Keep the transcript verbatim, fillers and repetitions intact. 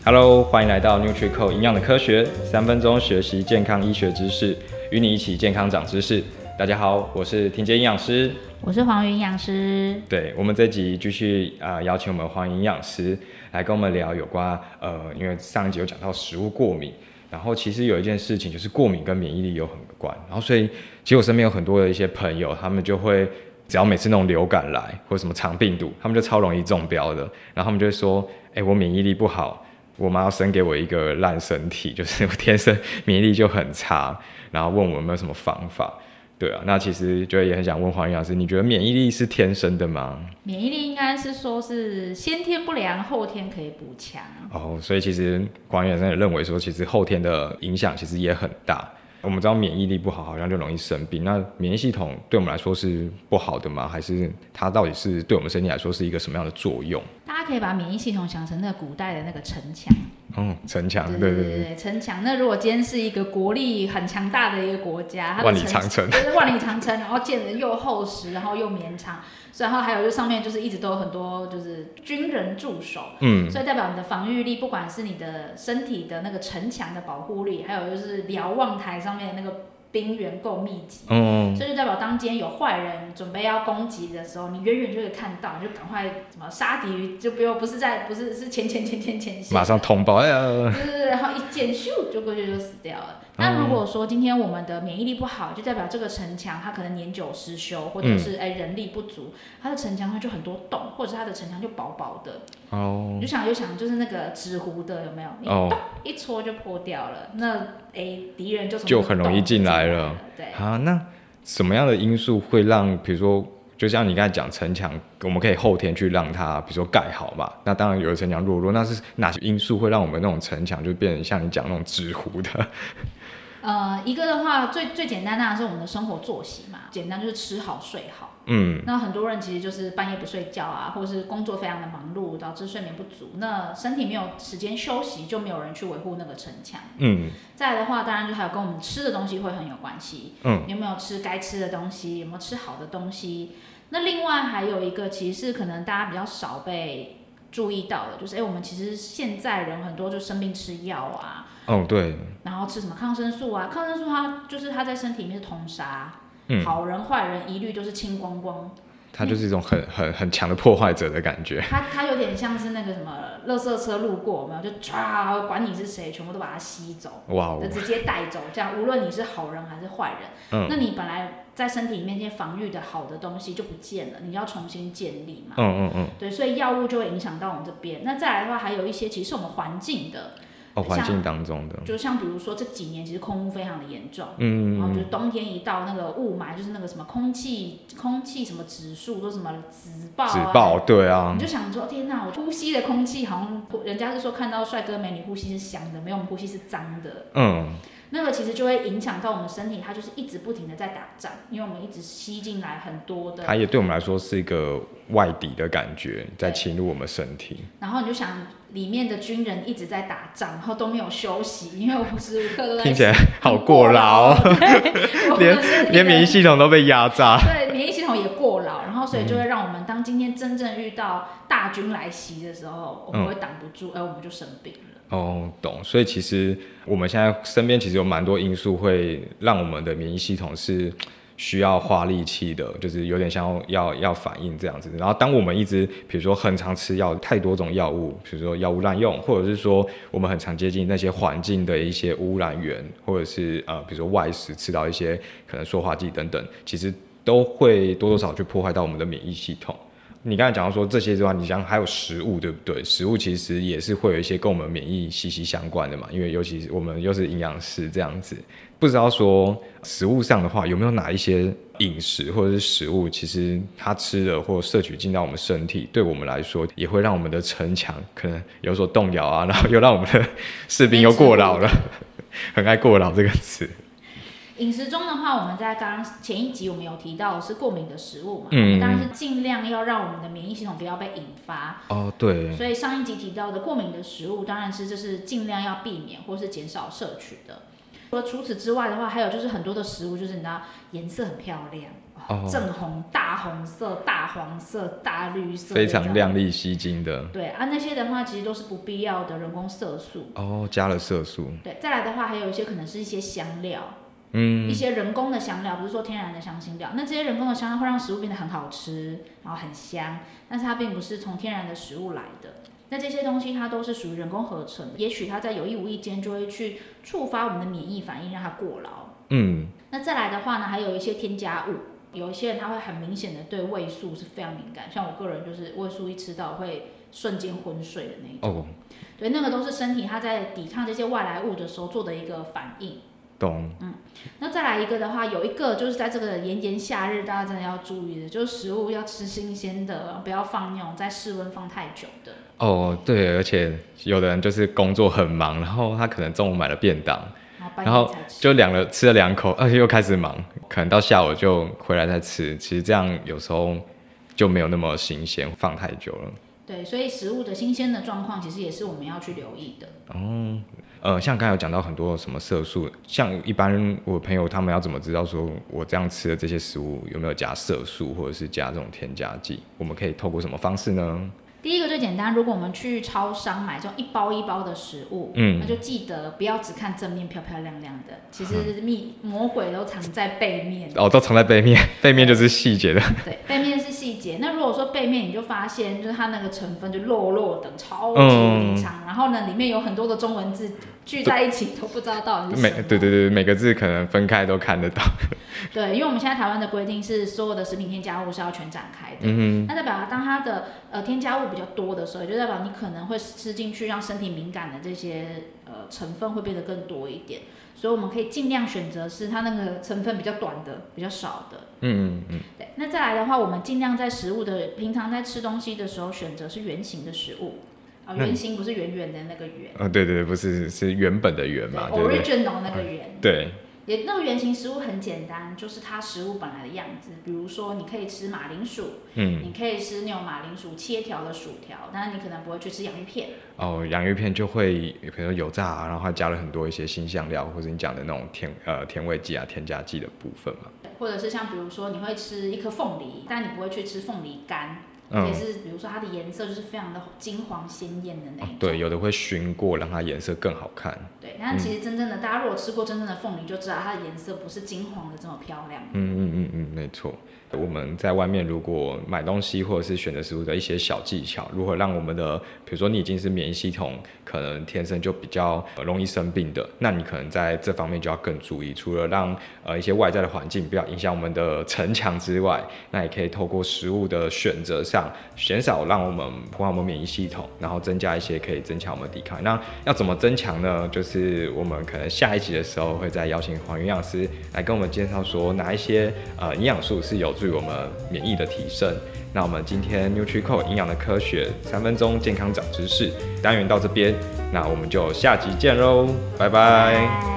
Hello， 欢迎来到 NutriCode 营养的科学，三分钟学习健康医学知识，与你一起健康长知识。大家好，我是庭杰营养师， 我是黄瑜营养师。 对，我们这集继续、呃、邀请我们黄营养师来跟我们聊有关呃，因为上一集有讲到食物过敏，然后其实有一件事情就是过敏跟免疫力有很关，然后所以其实我身边有很多的一些朋友，他们就会只要每次那种流感来或者什么肠病毒，他们就超容易中标的，然后他们就会说，哎、欸，我免疫力不好。我妈要生给我一个烂身体，就是我天生免疫力就很差，然后问我有没有什么方法。对啊，那其实就也很想问黄营养师，你觉得免疫力是天生的吗？ 免疫力应该是说是先天不良，后天可以补强。哦， 所以其实黄营养师也认为说，其实后天的影响其实也很大。我们知道免疫力不好，好像就容易生病。那免疫系统对我们来说是不好的吗？还是它到底是对我们身体来说是一个什么样的作用？ 大家可以把免疫系统想成那个古代的那个城墙。 嗯，城墙， 对对对对，城墙。那如果今天是一个国力很强大的一个国家，它的万里长城， 就是万里长城，然后建得又厚实，然后又绵长，然后还有就上面就是一直都有很多就是军人驻守，嗯，所以代表你的防御力，不管是你的身体的那个城墙的保护力，还有就是瞭望台上面的那个兵源够密集，嗯，所以就代表当今天有坏人准备要攻击的时候，你远远就可以看到，你就赶快什么杀敌，就不用不是在不是是前前前前前线， 马上通报，哎呀， 对对对，然后一箭咻就过去就死掉了。那如果说今天我们的免疫力不好，就代表这个城墙它可能年久失修，或者是哎、嗯、人力不足，它的城墙它就很多洞，或者是它的城墙就薄薄的。哦，你就想就想就是那个纸糊的有没有？你咚、哦、一戳就破掉了，那哎敌人就从就很容易进来了。 对啊，那什么样的因素会让，比如说，就像你刚才讲城墙，我们可以后天去让它，比如说盖好嘛？那当然有的城墙弱弱，那是哪些因素会让我们那种城墙就变成像你讲那种纸糊的？ 呃，一个的话，最最简单当然是我们的生活作息嘛，简单就是吃好睡好。嗯，那很多人其实就是半夜不睡觉啊，或者是工作非常的忙碌，导致睡眠不足，那身体没有时间休息，就没有人去维护那个城墙。嗯，再来的话，当然就还有跟我们吃的东西会很有关系。嗯，你有没有吃该吃的东西？有没有吃好的东西？那另外还有一个，其实是可能大家比较少被注意到的，就是哎、欸，我们其实现在人很多就生病吃药啊。 哦，对。 然后吃什么抗生素啊？抗生素它就是它在身体里面是通杀。嗯，好人坏人一律都是清光光， 它就是一种很很很强的破坏者的感觉。 它它有点像是那个什么，垃圾车路过，有没有就唰，管你是谁，全部都把它吸走，哇、哦，就直接带走。这样无论你是好人还是坏人，嗯，那你本来在身体里面那些防御的好的东西就不见了，你要重新建立嘛。嗯嗯嗯，对，所以药物就会影响到我们这边。那再来的话，还有一些其实是我们环境的。 哦，环境当中的， 就像比如说这几年其实空污非常的严重，嗯，然后就是冬天一到，那个雾霾就是那个什么空气空气什么指数都什么紫爆啊， 紫爆，对啊， 你就想说天哪，我呼吸的空气好像人家是说看到帅哥美女呼吸是香的，没有我们呼吸是脏的，嗯。那个其实就会影响到我们身体，它就是一直不停的在打仗，因为我们一直吸进来很多的。 它也对我们来说是一个外敌的感觉，在侵入我们身体。 然后你就想，里面的军人一直在打仗，然后都没有休息，因为无时无刻都在。 听起来好过劳，连连免疫系统都被压榨。 对，免疫系统也过劳，然后所以就会让我们当今天真正遇到大军来袭的时候，我们会挡不住，而、嗯、我们就生病了。 哦，懂。所以其实我们现在身边其实有蛮多因素会让我们的免疫系统是需要花力气的，就是有点像要要反应这样子。然后当我们一直比如说很常吃药，太多种药物，比如说药物滥用，或者是说我们很常接近那些环境的一些污染源，或者是呃比如说外食吃到一些可能塑化剂等等，其实都会多多少少去破坏到我们的免疫系统。你刚才讲到说这些之外，你讲还有食物，对不对？食物其实也是会有一些跟我们免疫息息相关的嘛，因为尤其是我们又是营养师这样子，不知道说食物上的话，有没有哪一些饮食或者是食物，其实它吃了或摄取进到我们身体，对我们来说也会让我们的城墙可能有所动摇啊，然后又让我们的士兵又过劳了，很爱过劳这个词。 饮食中的话，我们在刚刚前一集我们有提到的是过敏的食物嘛，嗯，当然是尽量要让我们的免疫系统不要被引发。 哦，对。 所以上一集提到的过敏的食物，当然是这是尽量要避免或是减少摄取的。 除了除此之外的话，还有就是很多的食物，就是你知道颜色很漂亮，哦、正红、大红色、大黄色、大绿色， 非常亮丽吸睛的。 对啊，那些的话其实都是不必要的人工色素。 哦，加了色素。 对，再来的话还有一些可能是一些香料。 嗯， 一些人工的香料，不是说天然的香辛料。那这些人工的香料会让食物变得很好吃，然后很香，但是它并不是从天然的食物来的。那这些东西它都是属于人工合成，也许它在有意无意间就会去触发我们的免疫反应，让它过劳。嗯，那再来的话呢，还有一些添加物，有一些人他会很明显的对味素是非常敏感，像我个人就是味素一吃到会瞬间昏睡的那一种。哦，对，那个都是身体它在抵抗这些外来物的时候做的一个反应。 懂。 嗯，那再来一个的话，有一个就是在这个炎炎夏日，大家真的要注意的，就是食物要吃新鲜的，不要放那种在室温放太久的。 哦，对，而且有的人就是工作很忙，然后他可能中午买了便当，然后就两了吃了两口，而且又开始忙，可能到下午就回来再吃。其实这样有时候就没有那么新鲜，放太久了。 对，所以食物的新鲜的状况，其实也是我们要去留意的。 哦，呃，像刚才有讲到很多什么色素，像一般我朋友他们要怎么知道说我这样吃的这些食物有没有加色素或者是加这种添加剂？我们可以透过什么方式呢？ 第一个最简单，如果我们去超商买这种一包一包的食物，嗯，那就记得不要只看正面漂漂亮亮的，其实秘魔鬼都藏在背面。 哦，都藏在背面，背面就是细节的。 对，背面是细节。那如果说背面你就发现，就是它那个成分就落落的，超级无敌长，嗯，然后呢里面有很多的中文字聚在一起，都不知道到底是什么。 对对对，每个字可能分开都看得到。 对，因为我们现在台湾的规定是所有的食品添加物是要全展开的，嗯，那代表当它的呃添加物比较多的时候，也就代表你可能会吃进去让身体敏感的这些呃成分会变得更多一点，所以我们可以尽量选择是它那个成分比较短的、比较少的。嗯嗯嗯。对，那再来的话，我们尽量在食物的平常在吃东西的时候选择是圆形的食物。啊，圆形不是圆圆的那个圆。 哦，对对对，不是，是原本的圆嘛。 对 original 那个圆。 对。 也那个圆形食物很简单，就是它食物本来的样子。比如说，你可以吃马铃薯，嗯，你可以吃那种马铃薯切条的薯条，但是你可能不会去吃洋芋片。 哦，洋芋片就会比如说油炸、啊，然后它加了很多一些辛香料，或者你讲的那种甜呃甜味剂啊、添加剂的部分嘛。 或者是像比如说，你会吃一颗凤梨，但你不会去吃凤梨干。也是，比如说它的颜色就是非常的金黄鲜艳的那一种。哦， 对，有的会熏过，让它颜色更好看。 对，但其实真正的，嗯，大家如果吃过真正的凤梨，就知道它的颜色不是金黄的这么漂亮。 嗯嗯嗯嗯，没错。我们在外面如果买东西或者是选择食物的一些小技巧，如何让我们的，比如说你已经是免疫系统可能天生就比较容易生病的，那你可能在这方面就要更注意。除了让呃一些外在的环境不要影响我们的城墙之外，那也可以透过食物的选择上，减少让我们破坏我们免疫系统，然后增加一些可以增强我们的抵抗。那要怎么增强呢？就是我们可能下一集的时候会再邀请黄营养师来跟我们介绍说哪一些呃营养素是有助于我们免疫的提升。那我们今天 NutriCore 营养的科学三分钟健康长知识单元到这边，那我们就下集见喽，拜拜。